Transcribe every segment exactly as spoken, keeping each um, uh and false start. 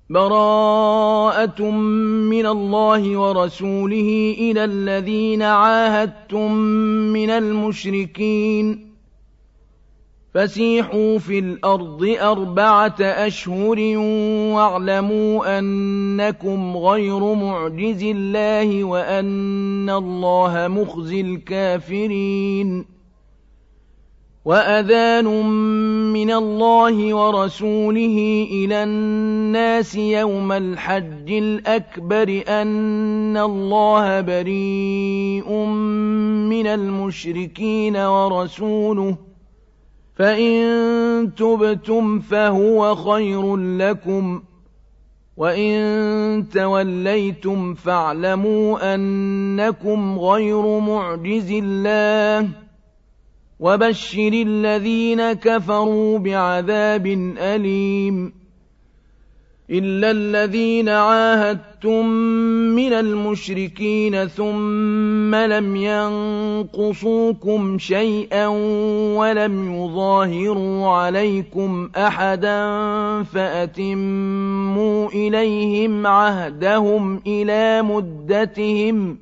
براءة من الله ورسوله إلى الذين عاهدتم من المشركين فسيحوا في الأرض أربعة أشهر واعلموا أنكم غير معجز الله وأن الله مخزي الكافرين وأذان من الله ورسوله إلى الناس يوم الحج الأكبر أن الله بريء من المشركين ورسوله فإن تبتم فهو خير لكم وإن توليتم فاعلموا أنكم غير معجز الله وبشر الذين كفروا بعذاب أليم إلا الذين عاهدتم من المشركين ثم لم ينقصوكم شيئا ولم يظاهروا عليكم أحدا فأتموا إليهم عهدهم إلى مدتهم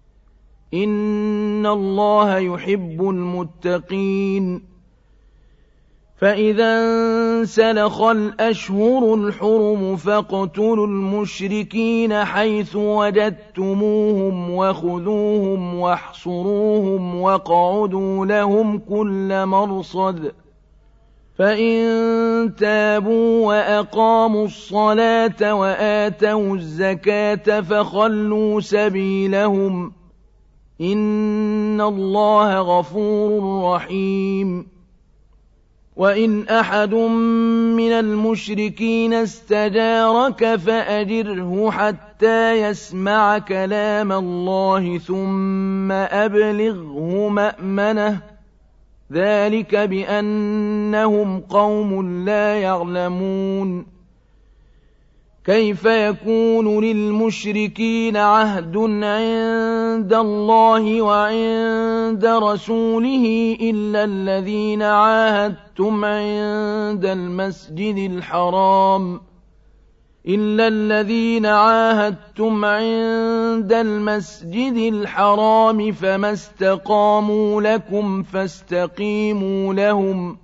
إن الله يحب المتقين فإذا انسلخ الأشهر الحرم فاقتلوا المشركين حيث وجدتموهم وخذوهم واحصروهم واقعدوا لهم كل مرصد فإن تابوا وأقاموا الصلاة وآتوا الزكاة فخلوا سبيلهم إن الله غفور رحيم وإن أحد من المشركين استجارك فأجره حتى يسمع كلام الله ثم أبلغه مأمنه ذلك بأنهم قوم لا يعلمون كيف يكون للمشركين عهد عند الله وعند رسوله إلا الذين عاهدتم عند المسجد الحرام إلا الذين عاهدتم عند المسجد الحرام فما استقاموا لكم فاستقيموا لهم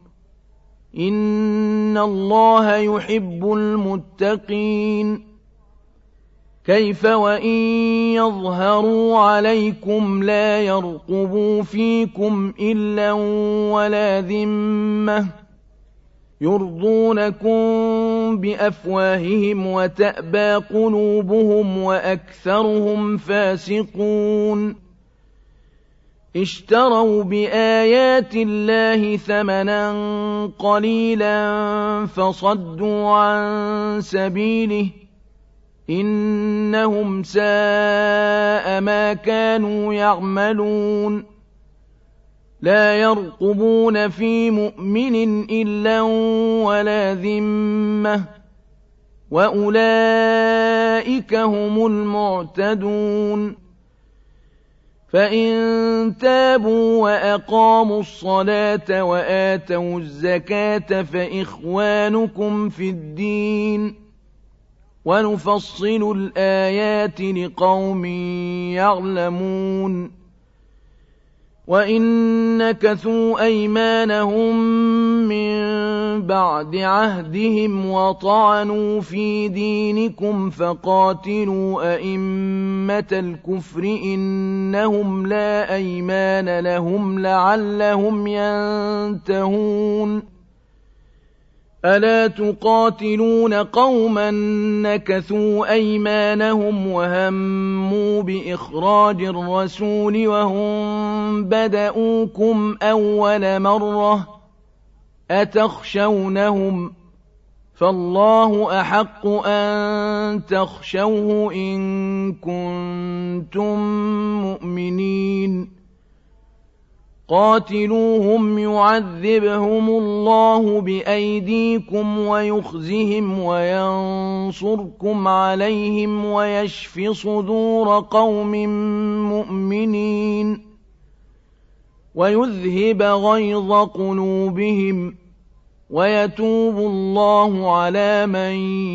إن الله يحب المتقين كيف وإن يظهروا عليكم لا يرقبوا فيكم إلا ولا ذمة يرضونكم بأفواههم وتأبى قلوبهم وأكثرهم فاسقون اشتروا بآيات الله ثمنا قليلا فصدوا عن سبيله إنهم ساء ما كانوا يعملون لا يرقبون في مؤمن إلا ولا ذمة وأولئك هم المعتدون فإن تابوا وأقاموا الصلاة وآتوا الزكاة فإخوانكم في الدين ونفصل الآيات لقوم يعلمون وإن نكثوا أيمانهم من بعد عهدهم وطعنوا في دينكم فقاتلوا أئمة الكفر إنهم لا أيمان لهم لعلهم ينتهون ألا تقاتلون قوما نكثوا أيمانهم وهموا بإخراج الرسول وهم بدؤوكم أول مرة أتخشونهم فالله أحق أن تخشوه إن كنتم مؤمنين قاتلوهم يعذبهم الله بأيديكم ويخزهم وينصركم عليهم ويشف صدور قوم مؤمنين ويذهب غيظ قلوبهم ويتوب الله على من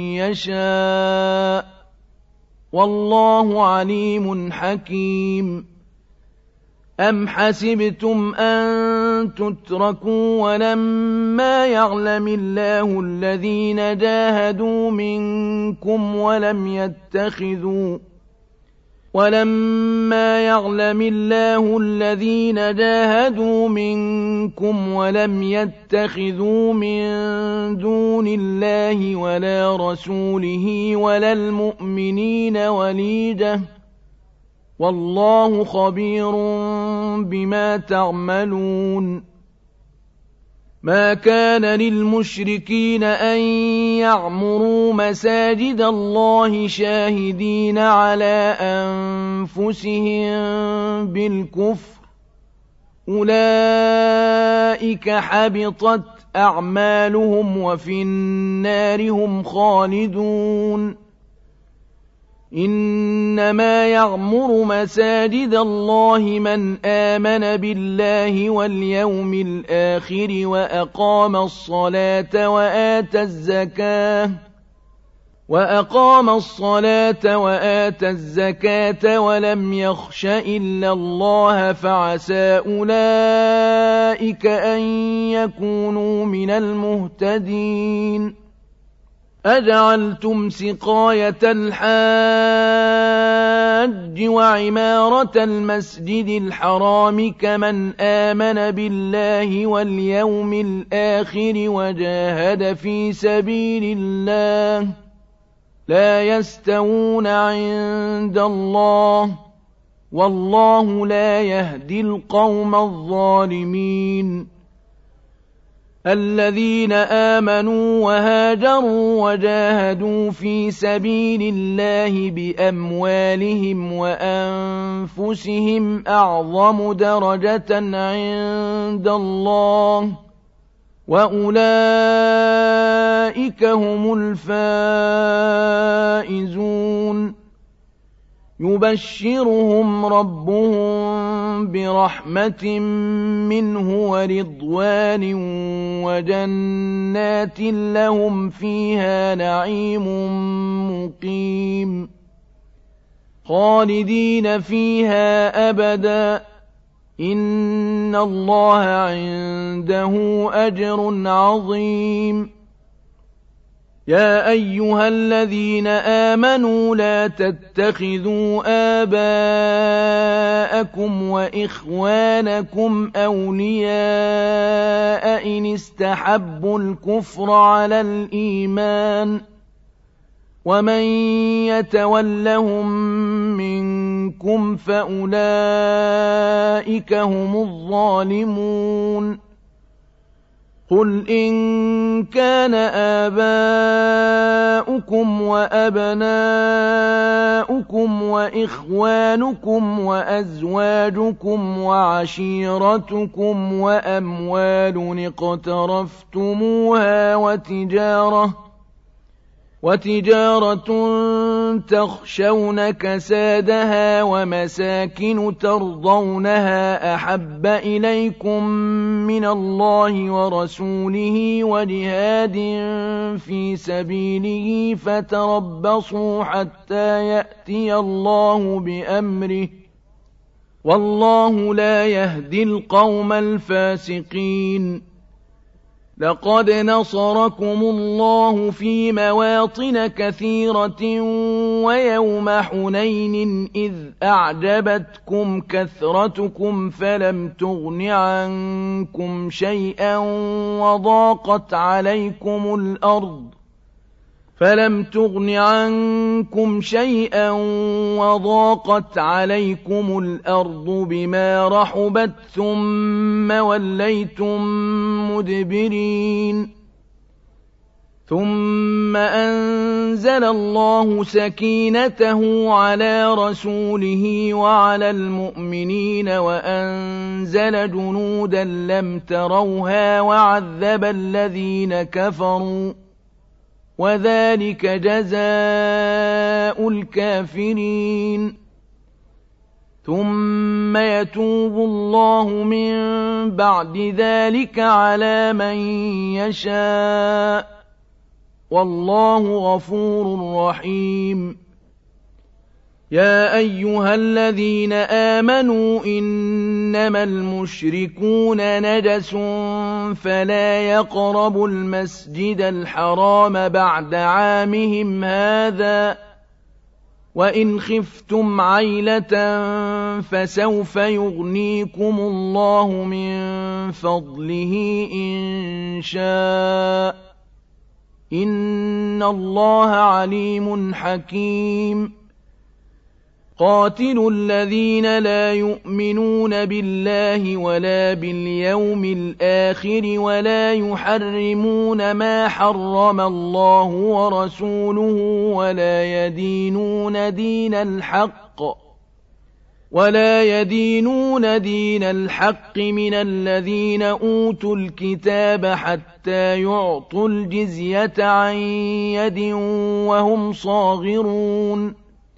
يشاء والله عليم حكيم أم حسبتم أن تتركوا ولما يعلم الله الذين جاهدوا منكم ولم يتخذوا ولما يعلم الله الذين جاهدوا منكم ولم يتخذوا من دون الله ولا رسوله ولا المؤمنين وليجة والله خبير بما تعملون ما كان للمشركين أن يعمروا مساجد الله شاهدين على أنفسهم بالكفر أولئك حبطت أعمالهم وفي النار هم خالدون إنما يعمر مساجد الله من آمن بالله واليوم الآخر وأقام الصلاة وآتى الزكاة وأقام الصلاة وآتى الزكاة ولم يخش إلا الله فعسى أولئك أن يكونوا من المهتدين أجعلتم سقاية الحاج وعمارة المسجد الحرام كمن آمن بالله واليوم الآخر وجاهد في سبيل الله لا يستوون عند الله والله لا يهدي القوم الظالمين الذين آمنوا وهاجروا وجاهدوا في سبيل الله بأموالهم وأنفسهم أعظم درجة عند الله وأولئك هم الفائزون يبشرهم ربهم برحمة منه ورضوان وجنات لهم فيها نعيم مقيم خالدين فيها أبدا إن الله عنده أجر عظيم يا أيها الذين آمنوا لا تتخذوا آباءكم وإخوانكم أولياء إن استحبوا الكفر على الإيمان ومن يتولهم منكم فأولئك هم الظالمون قل إن كان آباؤكم وأبناؤكم وإخوانكم وأزواجكم وعشيرتكم وأموال اقترفتموها وتجارة وتجارة تخشون كسادها ومساكن ترضونها أحب إليكم من الله ورسوله وجهاد في سبيله فتربصوا حتى يأتي الله بأمره والله لا يهدي القوم الفاسقين لقد نصركم الله في مواطن كثيرة ويوم حنين إذ أعجبتكم كثرتكم فلم تغن عنكم شيئا وضاقت عليكم الأرض فلم تغن عنكم شيئا وضاقت عليكم الأرض بما رحبت ثم وليتم مدبرين ثم أنزل الله سكينته على رسوله وعلى المؤمنين وأنزل جنودا لم تروها وعذب الذين كفروا وذلك جزاء الكافرين ثم يتوب الله من بعد ذلك على من يشاء والله غفور رحيم يا أيها الذين آمنوا إنما المشركون نجس فلا يقربوا المسجد الحرام بعد عامهم هذا وإن خفتم عيلة فسوف يغنيكم الله من فضله إن شاء إن الله عليم حكيم قاتلوا الذين لا يؤمنون بالله ولا باليوم الآخر ولا يحرمون ما حرم الله ورسوله ولا يدينون دين الحق ولا يدينون دين الحق من الذين أوتوا الكتاب حتى يعطوا الجزية عن يد وهم صاغرون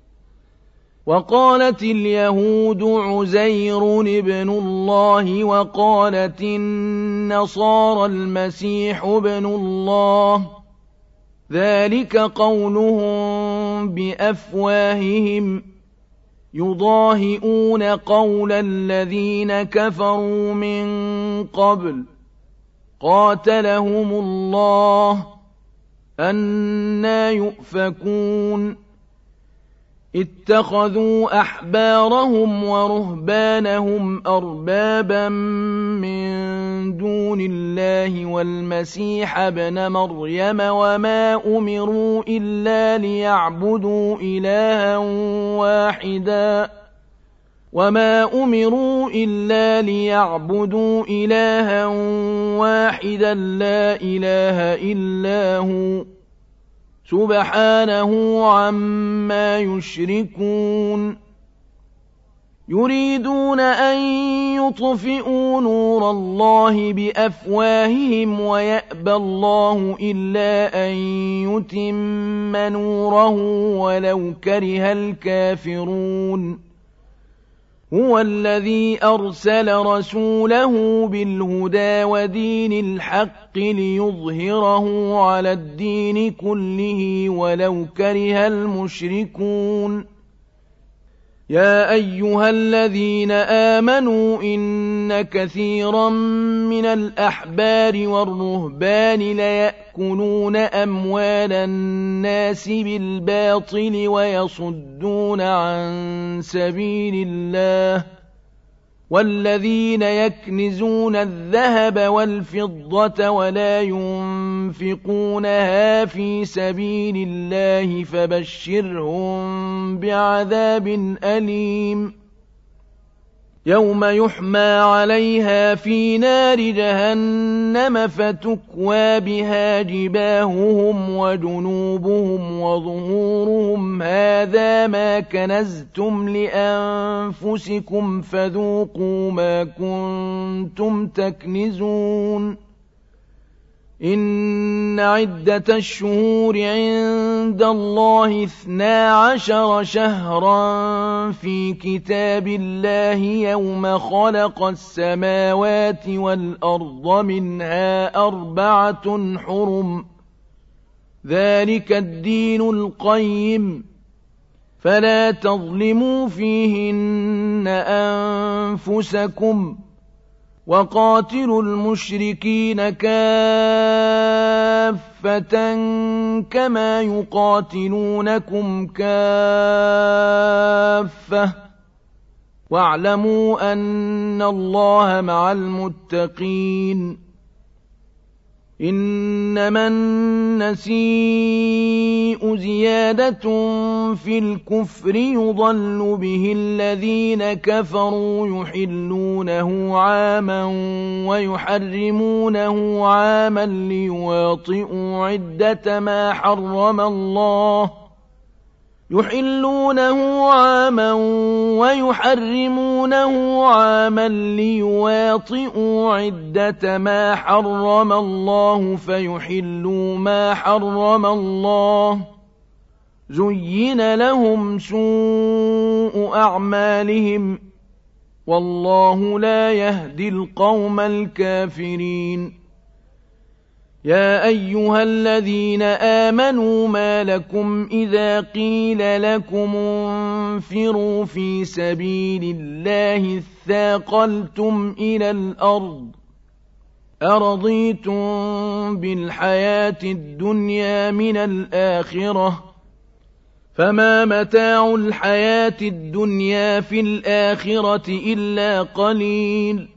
وقالت اليهود عزير ابن الله وقالت النصارى المسيح ابن الله ذلك قولهم بأفواههم يضاهئون قول الذين كفروا من قبل قاتلهم الله أنى يؤفكون اتخذوا أحبارهم ورهبانهم أربابا من دون الله والمسيح ابن مريم وما أمروا إلا ليعبدوا إلها واحدا وما أمروا إلا ليعبدوا إلها واحدا لا إله إلا هو سبحانه عما يشركون يريدون أن يطفئوا نور الله بأفواههم ويأبى الله إلا أن يتم نوره ولو كره الكافرون هو الذي أرسل رسوله بالهدى ودين الحق ليظهره على الدين كله ولو كره المشركون يا أيها الذين آمنوا إن كثيرا من الأحبار والرهبان ليأكلون أموال الناس بالباطل ويصدون عن سبيل الله والذين يكنزون الذهب والفضة ولا ينفقونها في سبيل الله فبشرهم بعذاب أليم يوم يحمى عليها في نار جهنم فتكوى بها جباههم وجنوبهم وظهورهم هذا ما كنزتم لأنفسكم فذوقوا ما كنتم تكنزون إن عدة الشهور عند الله اثنا عشر شهرا في كتاب الله يوم خلق السماوات والأرض منها أربعة حرم ذلك الدين القيم فلا تظلموا فيهن أنفسكم وقاتلوا المشركين كافة كما يقاتلونكم كافة واعلموا أن الله مع المتقين إنما النسيء زيادة في الكفر يضل به الذين كفروا يحلونه عاما ويحرمونه عاما ليواطئوا عدة ما حرم الله يحلونه عاما ويحرمونه عاما ليواطئوا عدة ما حرم الله فيحلوا ما حرم الله زين لهم سوء أعمالهم والله لا يهدي القوم الكافرين. يا أيها الذين آمنوا ما لكم إذا قيل لكم انفروا في سبيل الله اثاقلتم إلى الأرض أرضيتم بالحياة الدنيا من الآخرة فما متاع الحياة الدنيا في الآخرة إلا قليل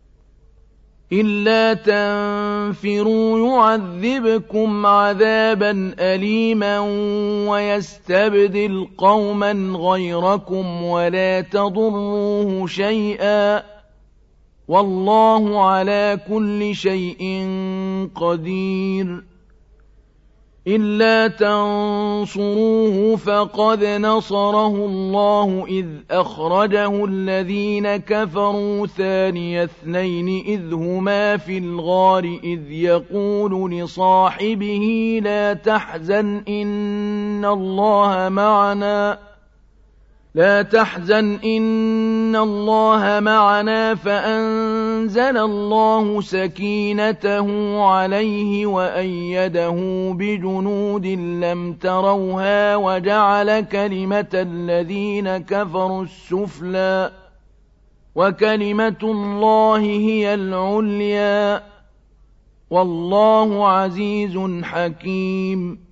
إلا تنفروا يعذبكم عذابا أليما ويستبدل قوما غيركم ولا تضروه شيئا والله على كل شيء قدير. إلا تنصروه فقد نصره الله إذ أخرجه الذين كفروا ثاني اثنين إذ هما في الغار إذ يقول لصاحبه لا تحزن إن الله معنا لا تحزن إن الله معنا فأنزل الله سكينته عليه وأيده بجنود لم تروها وجعل كلمة الذين كفروا السفلى وكلمة الله هي العليا والله عزيز حكيم.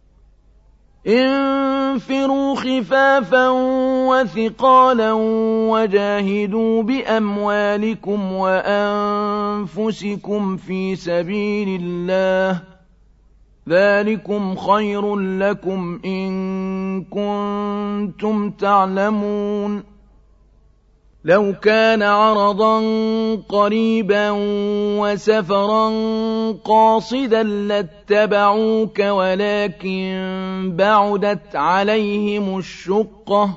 انفروا خفافا وثقالا وجاهدوا بأموالكم وأنفسكم في سبيل الله ذلكم خير لكم إن كنتم تعلمون. لو كان عرضا قريبا وسفرا قاصدا لاتبعوك ولكن بعدت عليهم الشقة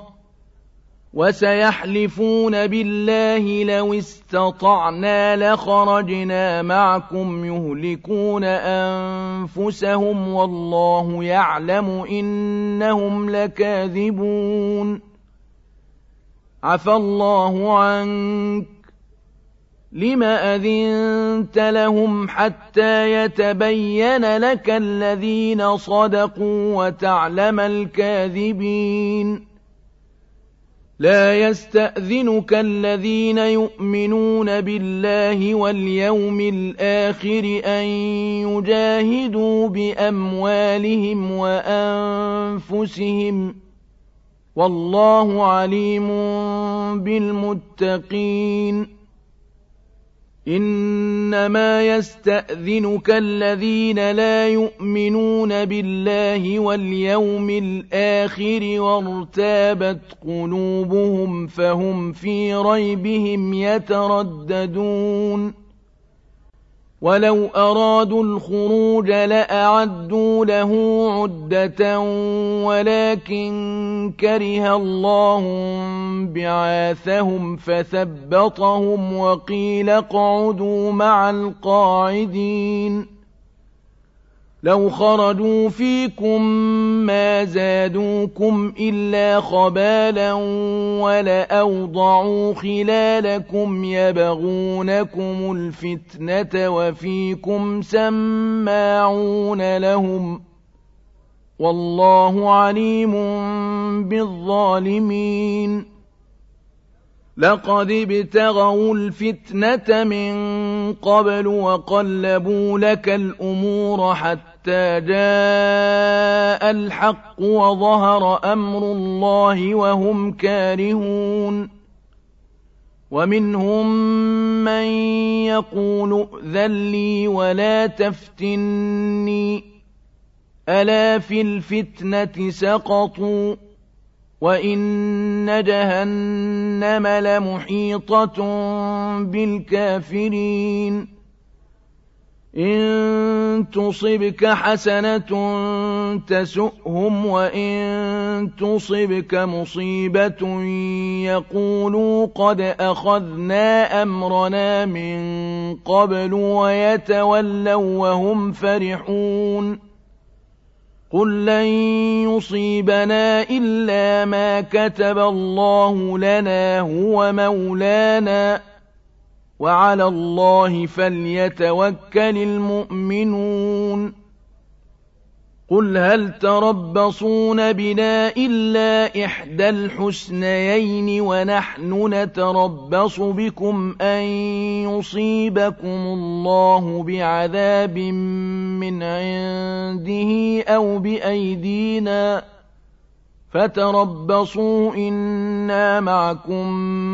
وسيحلفون بالله لو استطعنا لخرجنا معكم يهلكون أنفسهم والله يعلم إنهم لكاذبون. عفى الله عنك لم أذنت لهم حتى يتبين لك الذين صدقوا وتعلم الكاذبين. لا يستأذنك الذين يؤمنون بالله واليوم الآخر أن يجاهدوا بأموالهم وأنفسهم والله عليم بالمتقين. إنما يستأذنك الذين لا يؤمنون بالله واليوم الآخر وارتابت قلوبهم فهم في ريبهم يترددون. ولو أرادوا الخروج لأعدوا له عدة ولكن كره الله بعاثهم فثبطهم وقيل اقعدوا مع القاعدين. لو خرجوا فيكم ما زادوكم إلا خبالا ولأوضعوا خلالكم يبغونكم الفتنة وفيكم سماعون لهم والله عليم بالظالمين. لقد ابتغوا الفتنة من قبل وقلبوا لك الأمور حتى جاء الحق وظهر أمر الله وهم كارهون. ومنهم من يقول ائذن لي ولا تفتني ألا في الفتنة سقطوا وإن جهنم لمحيطة بالكافرين. إن تصبك حسنة تسؤهم وإن تصبك مصيبة يقولوا قد أخذنا أمرنا من قبل ويتولوا وهم فرحون. قل لن يصيبنا إلا ما كتب الله لنا هو مولانا وعلى الله فليتوكل المؤمنون قل هل تربصون بنا إلا إحدى الحسنيين ونحن نتربص بكم أن يصيبكم الله بعذاب من عنده أو بأيدينا فتربصوا إنا معكم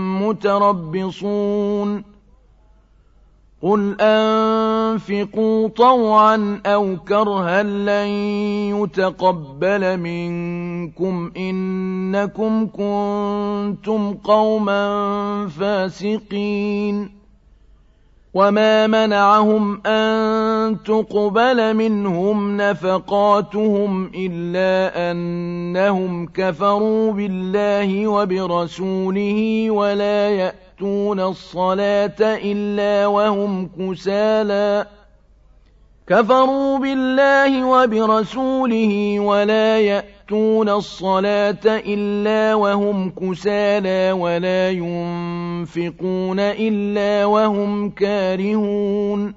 متربصون قل أنفقوا طوعا أو كرها لن يتقبل منكم إنكم كنتم قوما فاسقين وما منعهم أن تقبل منهم نفقاتهم إلا أنهم كفروا بالله وبرسوله ولا يأتون الصلاة إلا وهم كسالى كفروا بالله وبرسوله ولا يأتون الصلاة إلا وهم كسالى ولا ينفقون إلا وهم كارهون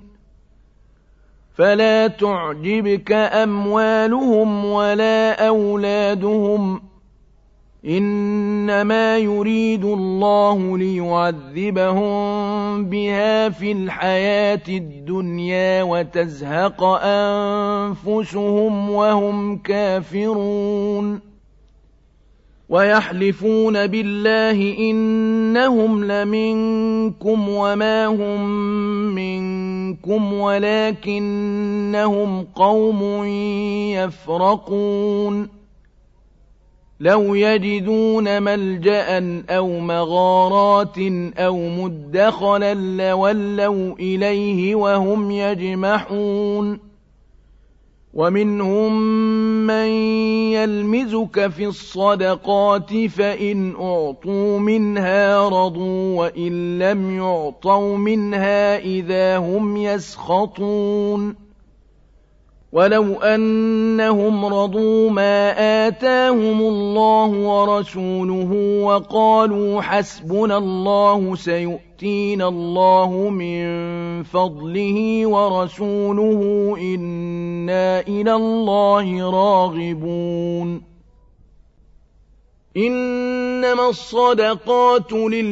فلا تعجبك أموالهم ولا أولادهم إنما يريد الله ليعذبهم بها في الحياة الدنيا وتزهق أنفسهم وهم كافرون ويحلفون بالله إنهم لمنكم وما هم منكم ولكنهم قوم يفرقون لو يجدون ملجأ أو مغارات أو مدخلا لولوا إليه وهم يجمحون ومنهم من يلمزك في الصدقات فإن أعطوا منها رضوا وإن لم يعطوا منها إذا هم يسخطون ولو أنهم رضوا ما آتاهم الله ورسوله وقالوا حسبنا الله سيؤتينا الله من فضله ورسوله إنا إلى الله راغبون إنما الصدقات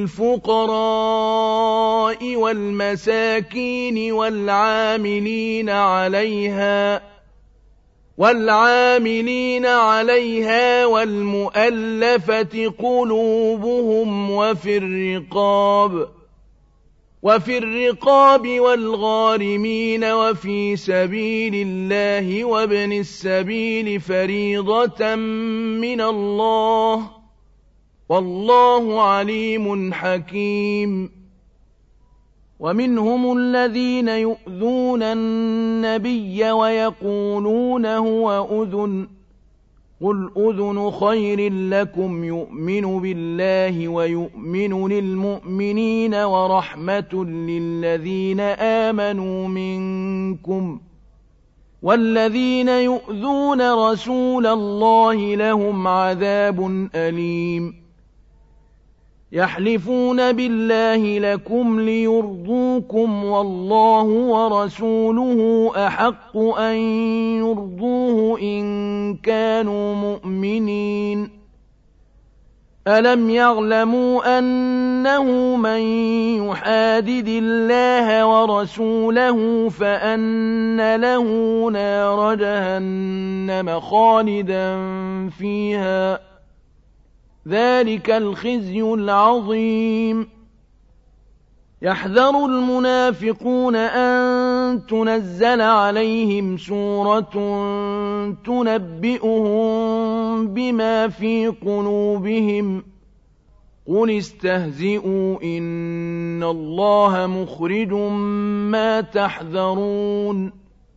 للفقراء والمساكين والعاملين عليها والعاملين عليها والمؤلفة قلوبهم وفي الرقاب وفي الرقاب والغارمين وفي سبيل الله وابن السبيل فريضة من الله والله عليم حكيم ومنهم الذين يؤذون النبي ويقولون هو أذن قل أذن خير لكم يؤمن بالله ويؤمن للمؤمنين ورحمة للذين آمنوا منكم والذين يؤذون رسول الله لهم عذاب أليم يحلفون بالله لكم ليرضوكم والله ورسوله أحق أن يرضوه إن كانوا مؤمنين ألم يعلموا أنه من يحادد الله ورسوله فأن له نار جهنم خالدا فيها ذلك الخزي العظيم يحذر المنافقون أن تنزل عليهم سورة تنبئهم بما في قلوبهم قل استهزئوا إن الله مخرج ما تحذرون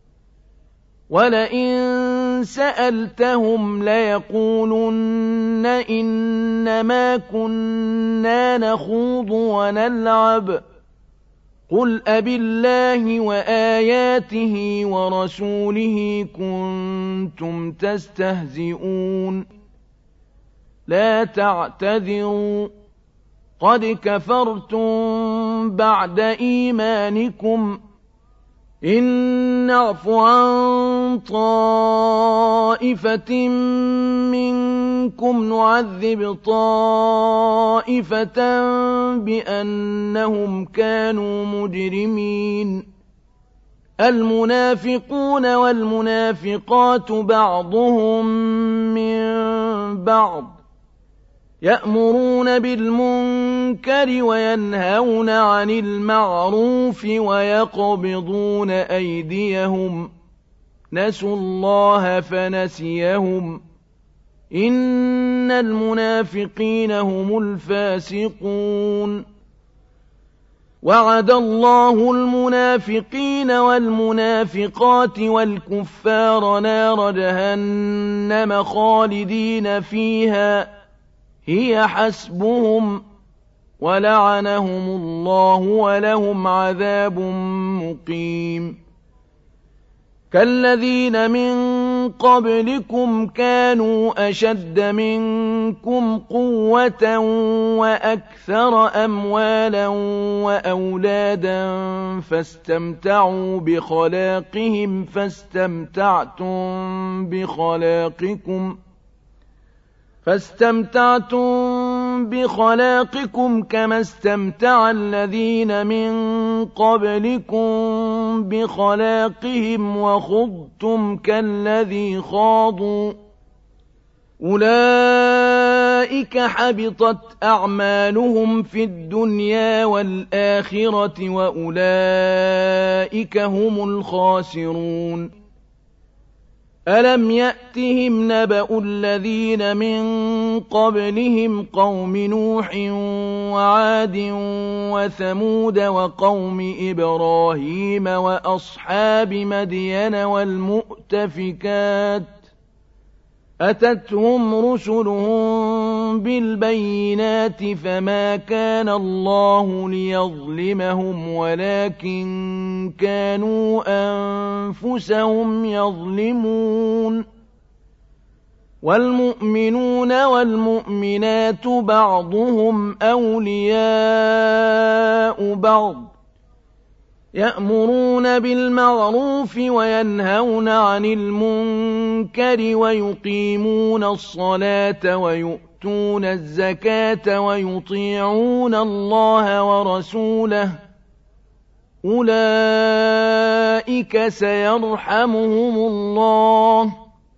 ولئن سألتهم ليقولن إنما كنا نخوض ونلعب قُلْ أَبِاللَّهِ وَآيَاتِهِ وَرَسُولِهِ كُنتُمْ تَسْتَهْزِئُونَ لَا تَعْتَذِرُوا قَدْ كَفَرْتُم بَعْدَ إِيمَانِكُمْ إِن نَّعْفُ عَن طَائِفَةٍ مِّنكُمْ نُعَذِّبْ طَائِفَةً بِأَنَّهُمْ كَانُوا مُجْرِمِينَ الْمُنَافِقُونَ وَالْمُنَافِقَاتُ بَعْضُهُم مِّن بَعْضٍ يَأْمُرُونَ بِالْمُنكَرِ وَيَنْهَوْنَ عَنِ الْمَعْرُوفِ وَيَقْبِضُونَ أَيْدِيَهُمْ نَسُوا اللَّهَ فَنَسِيَهُمْ إِنَّ الْمُنَافِقِينَ هُمُ الْفَاسِقُونَ وَعَدَ اللَّهُ الْمُنَافِقِينَ وَالْمُنَافِقَاتِ وَالْكُفَّارَ نَارَ جَهَنَّمَ خَالِدِينَ فِيهَا هِيَ حَسْبُهُمْ وَلَعَنَهُمُ اللَّهُ وَلَهُمْ عَذَابٌ مُّقِيمٌ كَالَّذِينَ مِن قَبْلِكُمْ كَانُوا أَشَدَّ مِنكُمْ قُوَّةً وَأَكْثَرَ أَمْوَالًا وَأَوْلَادًا فَاسْتَمْتَعُوا بِخَلَاقِهِمْ فَاسْتَمْتَعْتُم بِخَلَاقِكُمْ فاستمتعتم بخلاقكم كما استمتع الذين من قبلكم بخلاقهم وخضتم كالذي خاضوا أولئك حبطت أعمالهم في الدنيا والآخرة وأولئك هم الخاسرون أَلَمْ يَأْتِهِمْ نَبَأُ الَّذِينَ مِن قَبْلِهِمْ قَوْمِ نُوحٍ وَعَادٍ وَثَمُودَ وَقَوْمِ إِبْرَاهِيمَ وَأَصْحَابِ مَدْيَنَ وَالْمُؤْتَفِكَاتِ أَتَتْهُمْ رُسُلُهُم بِالْبَيِّنَاتِ فَمَا كَانَ اللَّهُ لِيَظْلِمَهُمْ وَلَٰكِن كَانُوا أَنفُسَهُمْ يَظْلِمُونَ وَالْمُؤْمِنُونَ وَالْمُؤْمِنَاتُ بَعْضُهُمْ أَوْلِيَاءُ بَعْضٍ يَأْمُرُونَ بِالْمَعْرُوفِ وَيَنْهَوْنَ عَنِ الْمُنكَرِ وَيُقِيمُونَ الصَّلَاةَ وَيُؤْتُونَ الزَّكَاةَ وَيُطِيعُونَ اللَّهَ وَرَسُولَهُ أُولَئِكَ سَيَرْحَمُهُمُ اللَّهُ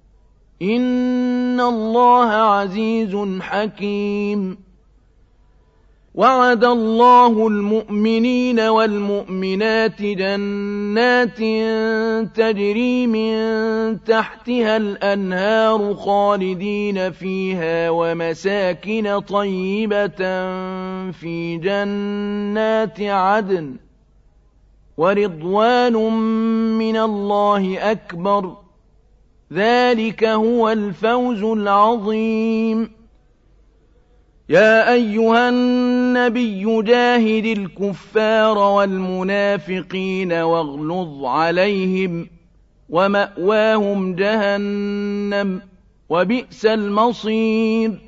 إِنَّ اللَّهَ عَزِيزٌ حَكِيمٌ وَعَدَ اللَّهُ الْمُؤْمِنِينَ وَالْمُؤْمِنَاتِ جَنَّاتٍ تَجْرِي مِن تَحْتِهَا الْأَنْهَارُ خَالِدِينَ فِيهَا وَمَسَاكِنَ طَيِّبَةً فِي جَنَّاتِ عَدْنٍ وَرِضْوَانٌ مِّنَ اللَّهِ أَكْبَرُ ذَلِكَ هُوَ الْفَوْزُ الْعَظِيمُ يَا أَيُّهَا النَّبِيُّ جَاهِدِ الْكُفَّارَ وَالْمُنَافِقِينَ وَاغْلُظْ عَلَيْهِمْ وَمَأْوَاهُمْ جَهَنَّمُ وَبِئْسَ الْمَصِيرُ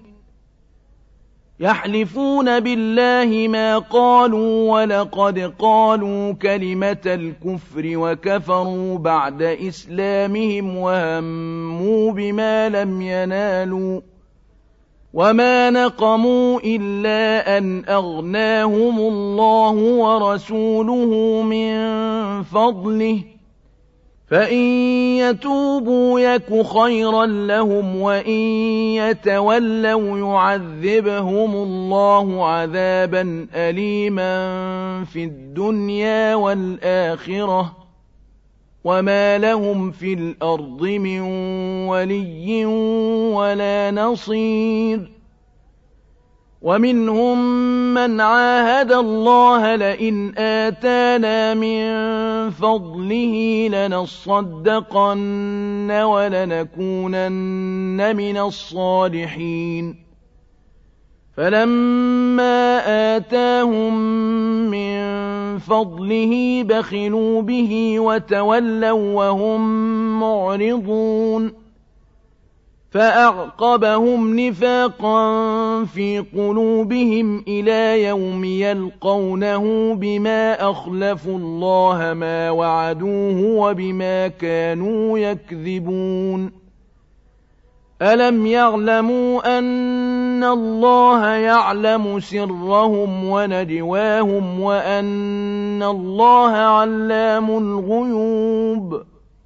يَحْلِفُونَ بِاللَّهِ مَا قَالُوا وَلَقَدْ قَالُوا كَلِمَةَ الْكُفْرِ وَكَفَرُوا بَعْدَ إِسْلَامِهِمْ وَهَمُّوا بِمَا لَمْ يَنَالُوا وَمَا نَقَمُوا إِلَّا أَنْ أَغْنَاهُمُ اللَّهُ وَرَسُولُهُ مِن فَضْلِهِ فَإِن يَتُوبُوا يَكُ خَيْرًا لَّهُمْ وَإِن يَتَوَلَّوْا يُعَذِّبْهُمُ اللَّهُ عَذَابًا أَلِيمًا فِي الدُّنْيَا وَالْآخِرَةِ وَمَا لَهُمْ فِي الْأَرْضِ مِن وَلِيٍّ وَلَا نَصِيرٍ وَمِنْهُم مَّنْ عَاهَدَ اللَّهَ لَئِنْ آتَانَا مِن فَضْلِهِ لَنَصَّدَّقَنَّ وَلَنَكُونَنَّ مِنَ الصَّالِحِينَ فلما آتاهم من فضله بخلوا به وتولوا وهم معرضون فأعقبهم نفاقا في قلوبهم إلى يوم يلقونه بما أخلفوا الله ما وعدوه وبما كانوا يكذبون ألم يعلموا أن الله يعلم سرهم ونجواهم وأن الله علام الغيوب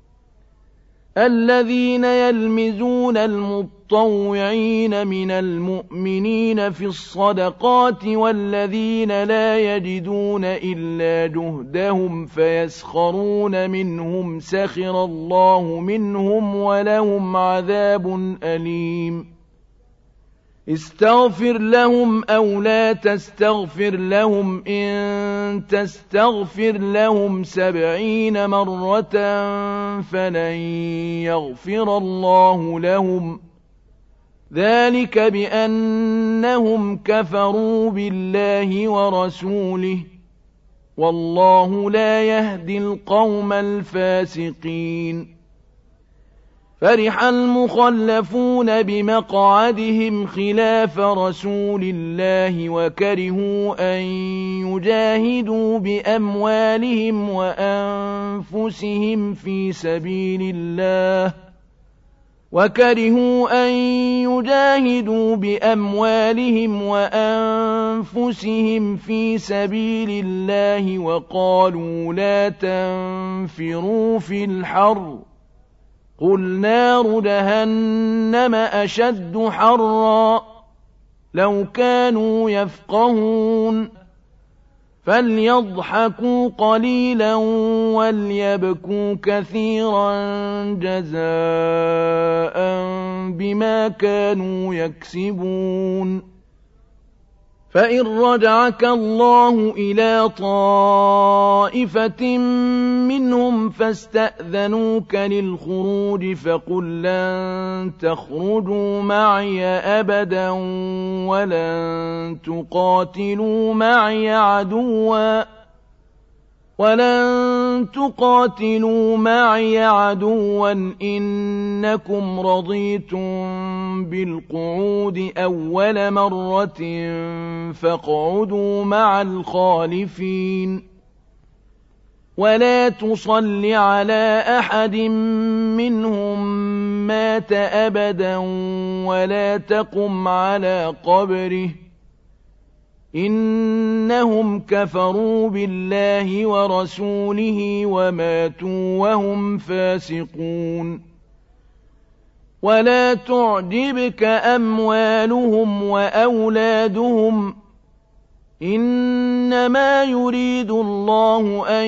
الذين يلمزون المطوعين من المؤمنين في الصدقات والذين لا يجدون إلا جهدهم فيسخرون منهم سخر الله منهم ولهم عذاب أليم استغفر لهم أو لا تستغفر لهم إن تستغفر لهم سبعين مرة فلن يغفر الله لهم ذلك بأنهم كفروا بالله ورسوله والله لا يهدي القوم الفاسقين فرح المخلفون بمقعدهم خلاف رسول الله وكرهوا أن يجاهدوا بأموالهم وأنفسهم في سبيل الله وكرهوا أن يجاهدوا بأموالهم وأنفسهم في سبيل الله وقالوا لا تنفروا في الحر قل نار جهنم أشد حرا لو كانوا يفقهون فليضحكوا قليلا وليبكوا كثيرا جزاء بما كانوا يكسبون فإن رجعك الله إلى طائفة منهم فاستأذنوك للخروج فقل لن تخرجوا معي أبدا ولن تقاتلوا معي عدوا ولن تقاتلوا معي عدوا إنكم رضيتم بالقعود أول مرة فاقعدوا مع الخالفين ولا تصل على أحد منهم مات أبدا ولا تقم على قبره إنهم كفروا بالله ورسوله وماتوا وهم فاسقون ولا تعجبك أموالهم وأولادهم إنما يريد الله أن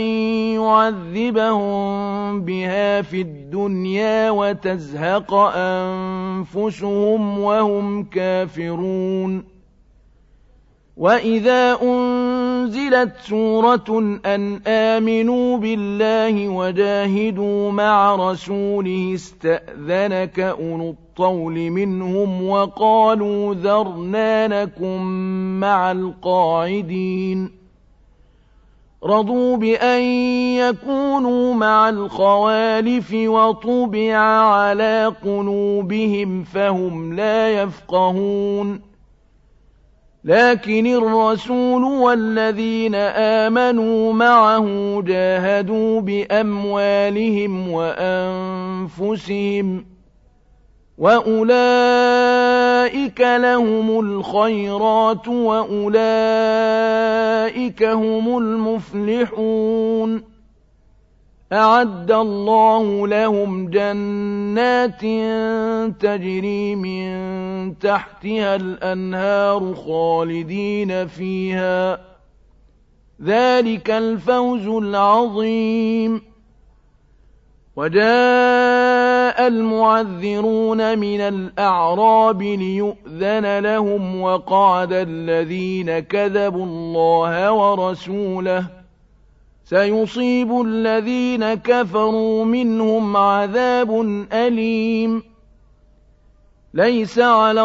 يعذبهم بها في الدنيا وتزهق أنفسهم وهم كافرون وإذا أنزلت سورة أن آمنوا بالله وجاهدوا مع رسوله استأذنك أولو الطول منهم وقالوا ذرنا نكن مع القاعدين رضوا بأن يكونوا مع الخوالف وطبع على قلوبهم فهم لا يفقهون لكن الرسول والذين آمنوا معه جاهدوا بأموالهم وأنفسهم وأولئك لهم الخيرات وأولئك هم المفلحون أعد الله لهم جنات تجري من تحتها الأنهار خالدين فيها ذلك الفوز العظيم وجاء المعذرون من الأعراب ليؤذن لهم وقعد الذين كذبوا الله ورسوله سيصيب الذين كفروا منهم عذاب أليم ليس على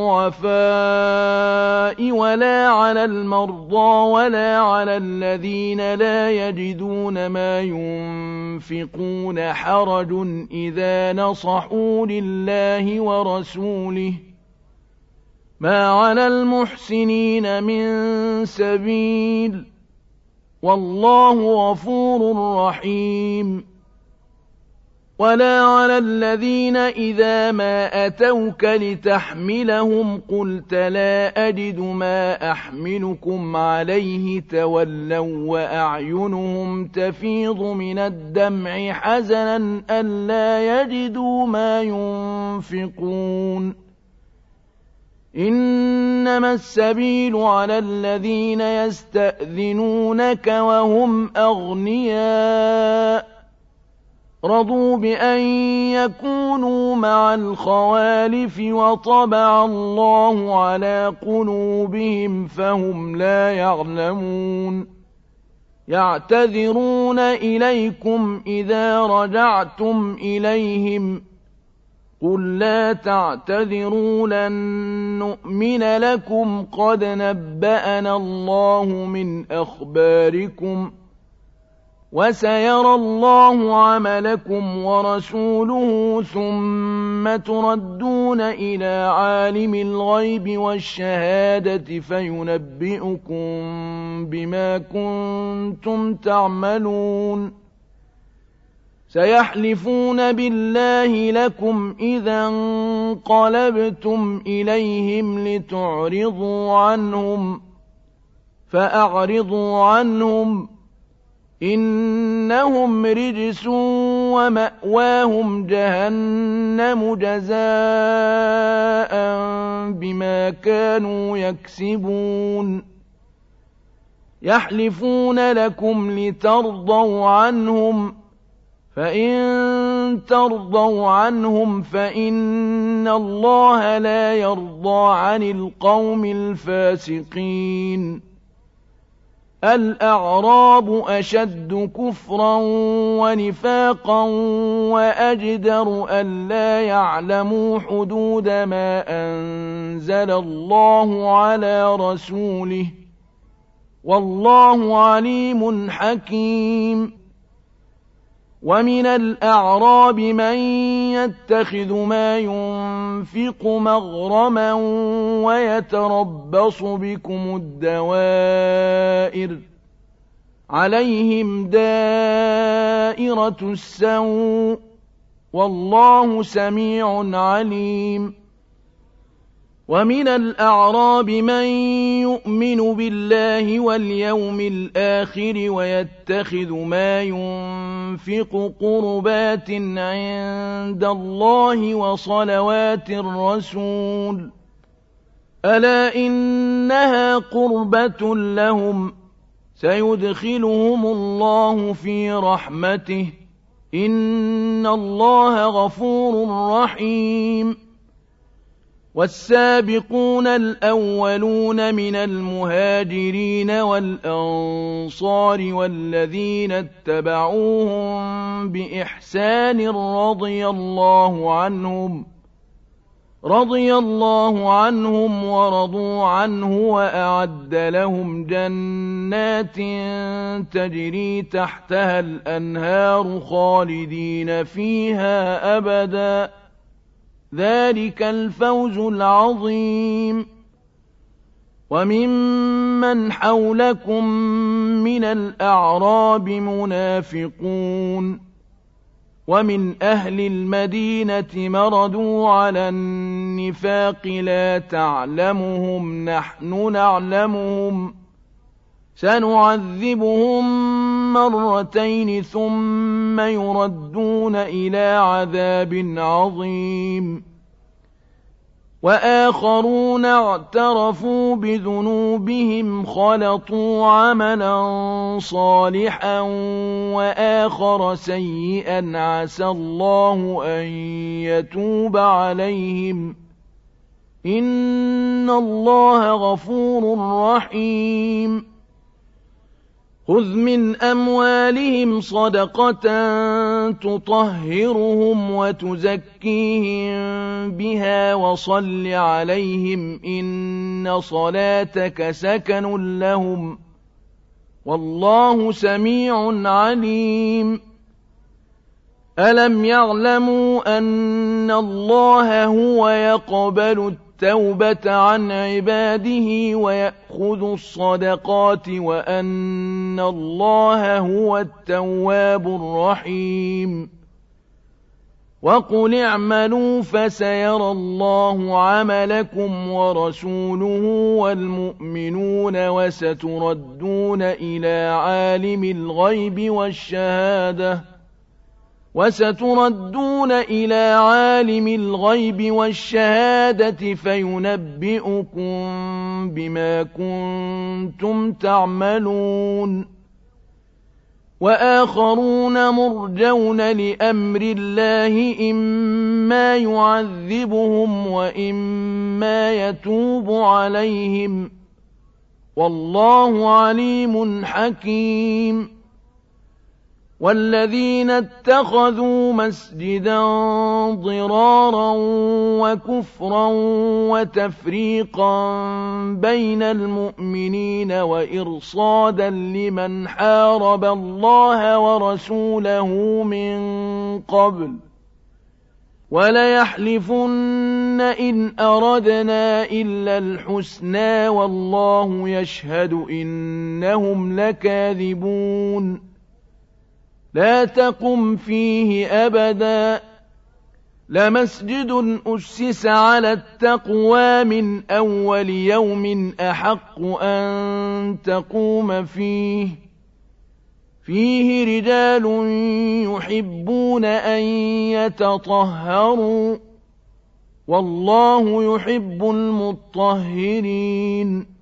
الضعفاء ولا على المرضى ولا على الذين لا يجدون ما ينفقون حرج إذا نصحوا لله ورسوله ما على المحسنين من سبيل والله غفور رحيم. ولا على الذين إذا ما أتوك لتحملهم قلت لا أجد ما أحملكم عليه تولوا وأعينهم تفيض من الدمع حزنا ألا يجدوا ما ينفقون. إنما السبيل على الذين يستأذنونك وهم أغنياء رضوا بأن يكونوا مع الخوالف وطبع الله على قلوبهم فهم لا يعلمون. يعتذرون إليكم إذا رجعتم إليهم قل لا تعتذروا لن نؤمن لكم قد نبأنا الله من أخباركم وسيرى الله عملكم ورسوله ثم تردون إلى عالم الغيب والشهادة فينبئكم بما كنتم تعملون. سيحلفون بالله لكم إذا انقلبتم إليهم لتعرضوا عنهم فأعرضوا عنهم إنهم رجس ومأواهم جهنم جزاء بما كانوا يكسبون. يحلفون لكم لترضوا عنهم فإن ترضوا عنهم فإن الله لا يرضى عن القوم الفاسقين. الأعراب أشد كفرا ونفاقا وأجدر ألا يعلموا حدود ما أنزل الله على رسوله والله عليم حكيم. ومن الأعراب من يتخذ ما ينفق مغرما ويتربص بكم الدوائر عليهم دائرة السوء والله سميع عليم. ومن الأعراب من يؤمن بالله واليوم الآخر ويتخذ ما ينفق قربات عند الله وصلوات الرسول ألا إنها قربة لهم سيدخلهم الله في رحمته إن الله غفور رحيم. والسابقون الأولون من المهاجرين والأنصار والذين اتبعوهم بإحسان رضي الله عنهم رضي الله عنهم ورضوا عنه وأعد لهم جنات تجري تحتها الأنهار خالدين فيها أبداً ذلك الفوز العظيم. وممن حولكم من الأعراب منافقون ومن أهل المدينة مردوا على النفاق لا تعلمهم نحن نعلمهم سنعذبهم مرتين ثم يردون إلى عذاب عظيم. وآخرون اعترفوا بذنوبهم خلطوا عملا صالحا وآخر سيئا عسى الله أن يتوب عليهم إن الله غفور رحيم. خذ من أموالهم صدقة تطهرهم وتزكيهم بها وصل عليهم إن صلاتك سكن لهم والله سميع عليم ألم يعلموا أن الله هو يقبل التوبة عن عباده ويأخذ الصدقات وأن الله هو التواب الرحيم وقل اعملوا فسيرى الله عملكم ورسوله والمؤمنون وستردون إلى عالم الغيب والشهادة وستردون إلى عالم الغيب والشهادة فينبئكم بما كنتم تعملون وآخرون مرجون لأمر الله إما يعذبهم وإما يتوب عليهم والله عليم حكيم والذين اتخذوا مسجدا ضرارا وكفرا وتفريقا بين المؤمنين وإرصادا لمن حارب الله ورسوله من قبل وليحلفن إن أردنا إلا الحسنى والله يشهد إنهم لكاذبون لا تقم فيه أبدا لمسجد أسس على التقوى من أول يوم أحق أن تقوم فيه فيه رجال يحبون أن يتطهروا والله يحب المطهرين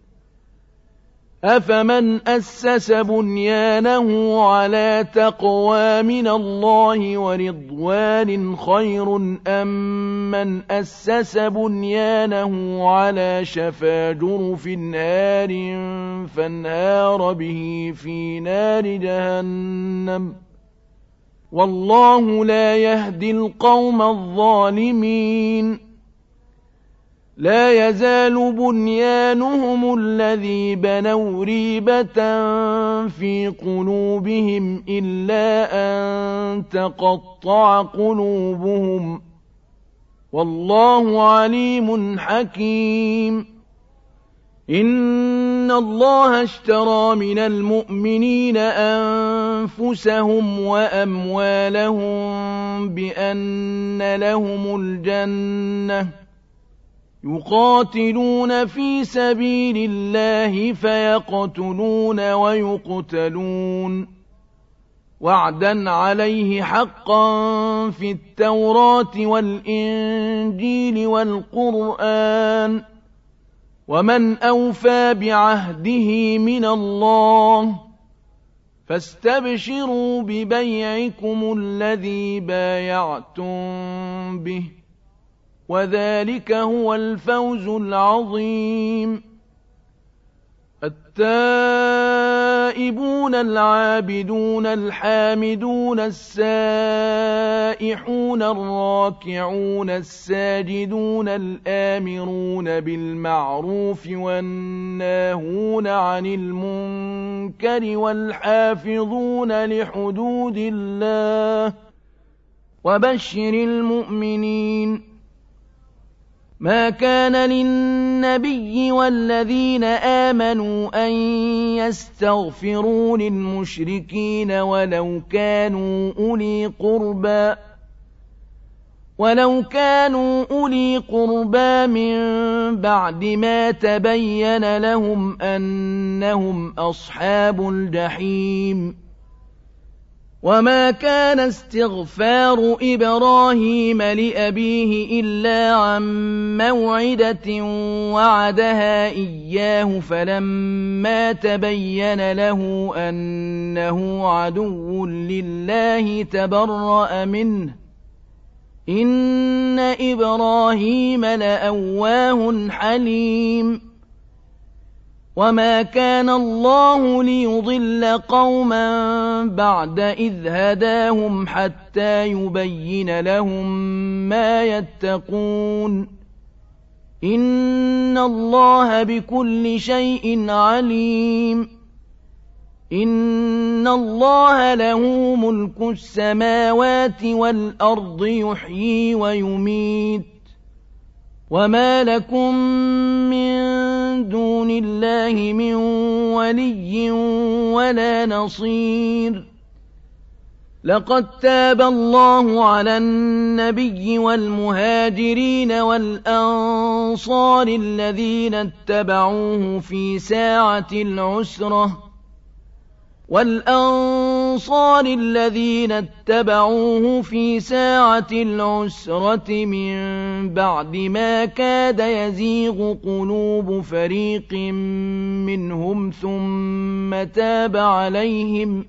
أفمن أسس بنيانه على تقوى من الله ورضوان خير أم من أسس بنيانه على شفا جرف نار فانهار به في نار جهنم والله لا يهدي القوم الظالمين لا يزال بنيانهم الذي بنوا ريبة في قلوبهم إلا أن تقطع قلوبهم والله عليم حكيم إن الله اشترى من المؤمنين أنفسهم وأموالهم بأن لهم الجنة يقاتلون في سبيل الله فيقتلون ويقتلون وعدا عليه حقا في التوراة والإنجيل والقرآن ومن أوفى بعهده من الله فاستبشروا ببيعكم الذي بايعتم به وذلك هو الفوز العظيم التائبون العابدون الحامدون السائحون الراكعون الساجدون الآمرون بالمعروف والناهون عن المنكر والحافظون لحدود الله وبشر المؤمنين ما كان للنبي والذين آمنوا أن يستغفروا للمشركين ولو كانوا أولي قربى ولو كانوا أولي قربى من بعد ما تبين لهم أنهم أصحاب الجحيم وما كان استغفار إبراهيم لأبيه إلا عن موعدة وعدها إياه فلما تبين له أنه عدو لله تبرأ منه إن إبراهيم لأواه حليم وما كان الله ليضل قوما بعد إذ هداهم حتى يبين لهم ما يتقون إن الله بكل شيء عليم إن الله له ملك السماوات والأرض يحيي ويميت وما لكم من دون الله من ولي ولا نصير لقد تاب الله على النبي والمهاجرين والأنصار الذين اتبعوه في ساعة العسرة والأنصار الذين اتبعوه في ساعة العسرة من بعد ما كاد يزيغ قلوب فريق منهم ثم تاب عليهم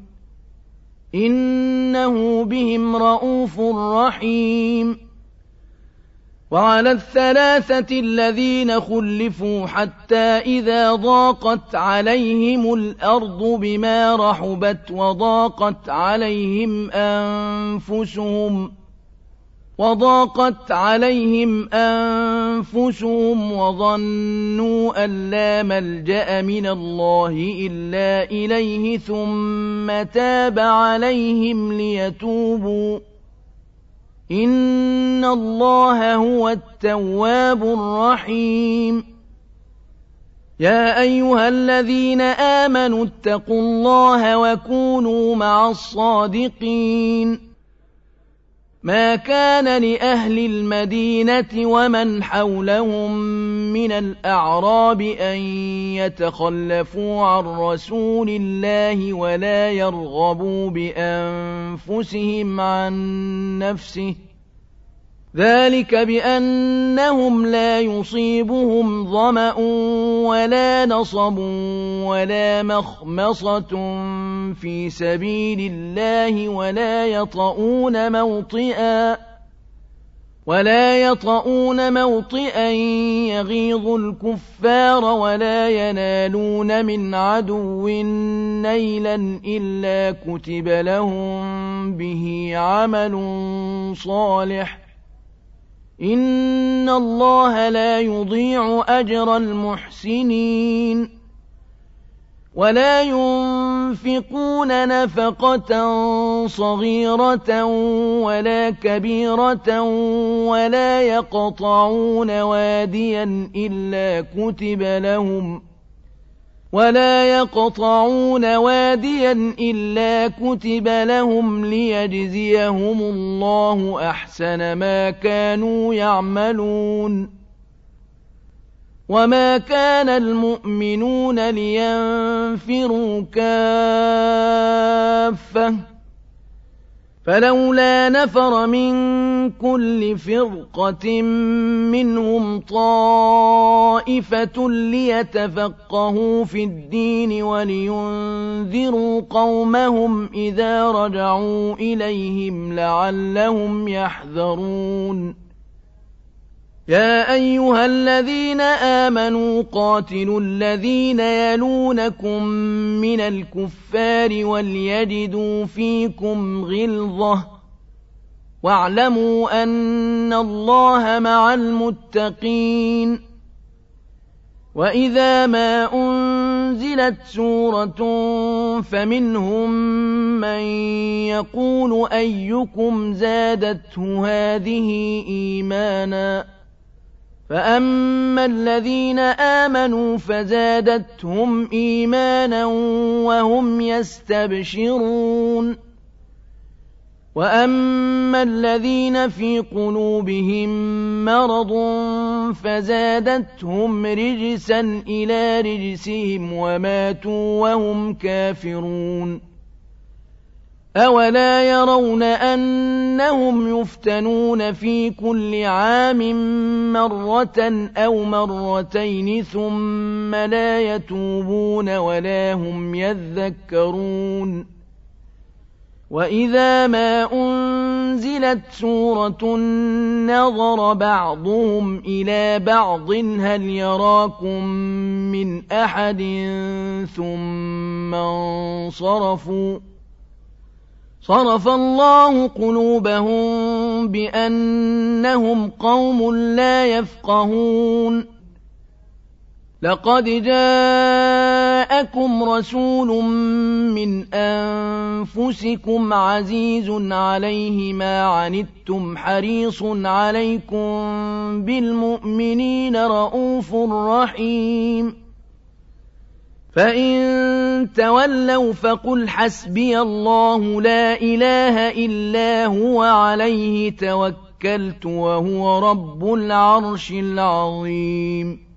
إنه بهم رءوف رحيم وعلى الثلاثة الذين خلفوا حتى إذا ضاقت عليهم الأرض بما رحبت وضاقت عليهم أنفسهم وضاقت عليهم أنفسهم وظنوا أن لا ملجأ من الله إلا إليه ثم تاب عليهم ليتوبوا إن الله هو التواب الرحيم يا أيها الذين آمنوا اتقوا الله وكونوا مع الصادقين ما كان لأهل المدينة ومن حولهم من الأعراب أن يتخلفوا عن رسول الله ولا يرغبوا بأنفسهم عن نفسه ذلك بأنهم لا يصيبهم ظمأ ولا نصب ولا مخمصة في سبيل الله ولا يطؤون موطئا ولا يطؤون موطئا يغيظ الكفار ولا ينالون من عدو نيلا إلا كتب لهم به عمل صالح إن الله لا يضيع أجر المحسنين ولا ينفقون نفقة صغيرة ولا كبيرة ولا يقطعون واديا إلا كتب لهم ولا يقطعون واديا إلا كتب لهم ليجزيهم الله أحسن ما كانوا يعملون وما كان المؤمنون لينفروا كافة فلولا نفر من كل فرقة منهم طائفة ليتفقهوا في الدين ولينذروا قومهم إذا رجعوا إليهم لعلهم يحذرون يا أيها الذين آمنوا قاتلوا الذين يلونكم من الكفار وليجدوا فيكم غلظة واعلموا أن الله مع المتقين وإذا ما أنزلت سورة فمنهم من يقول أيكم زادته هذه إيمانا فأما الذين آمنوا فزادتهم إيمانا وهم يستبشرون وأما الذين في قلوبهم مرض فزادتهم رجسا إلى رجسهم وماتوا وهم كافرون أولا يرون أنهم يفتنون في كل عام مرة أو مرتين ثم لا يتوبون ولا هم يذكرون وإذا ما أنزلت سورة نظر بعضهم إلى بعض هل يراكم من أحد ثم انصرفوا صرف الله قلوبهم بأنهم قوم لا يفقهون لقد جاءكم رسول من أنفسكم عزيز عليه ما عنتم حريص عليكم بالمؤمنين رءوف رحيم فإن تولوا فقل حسبي الله لا إله إلا هو عليه توكلت وهو رب العرش العظيم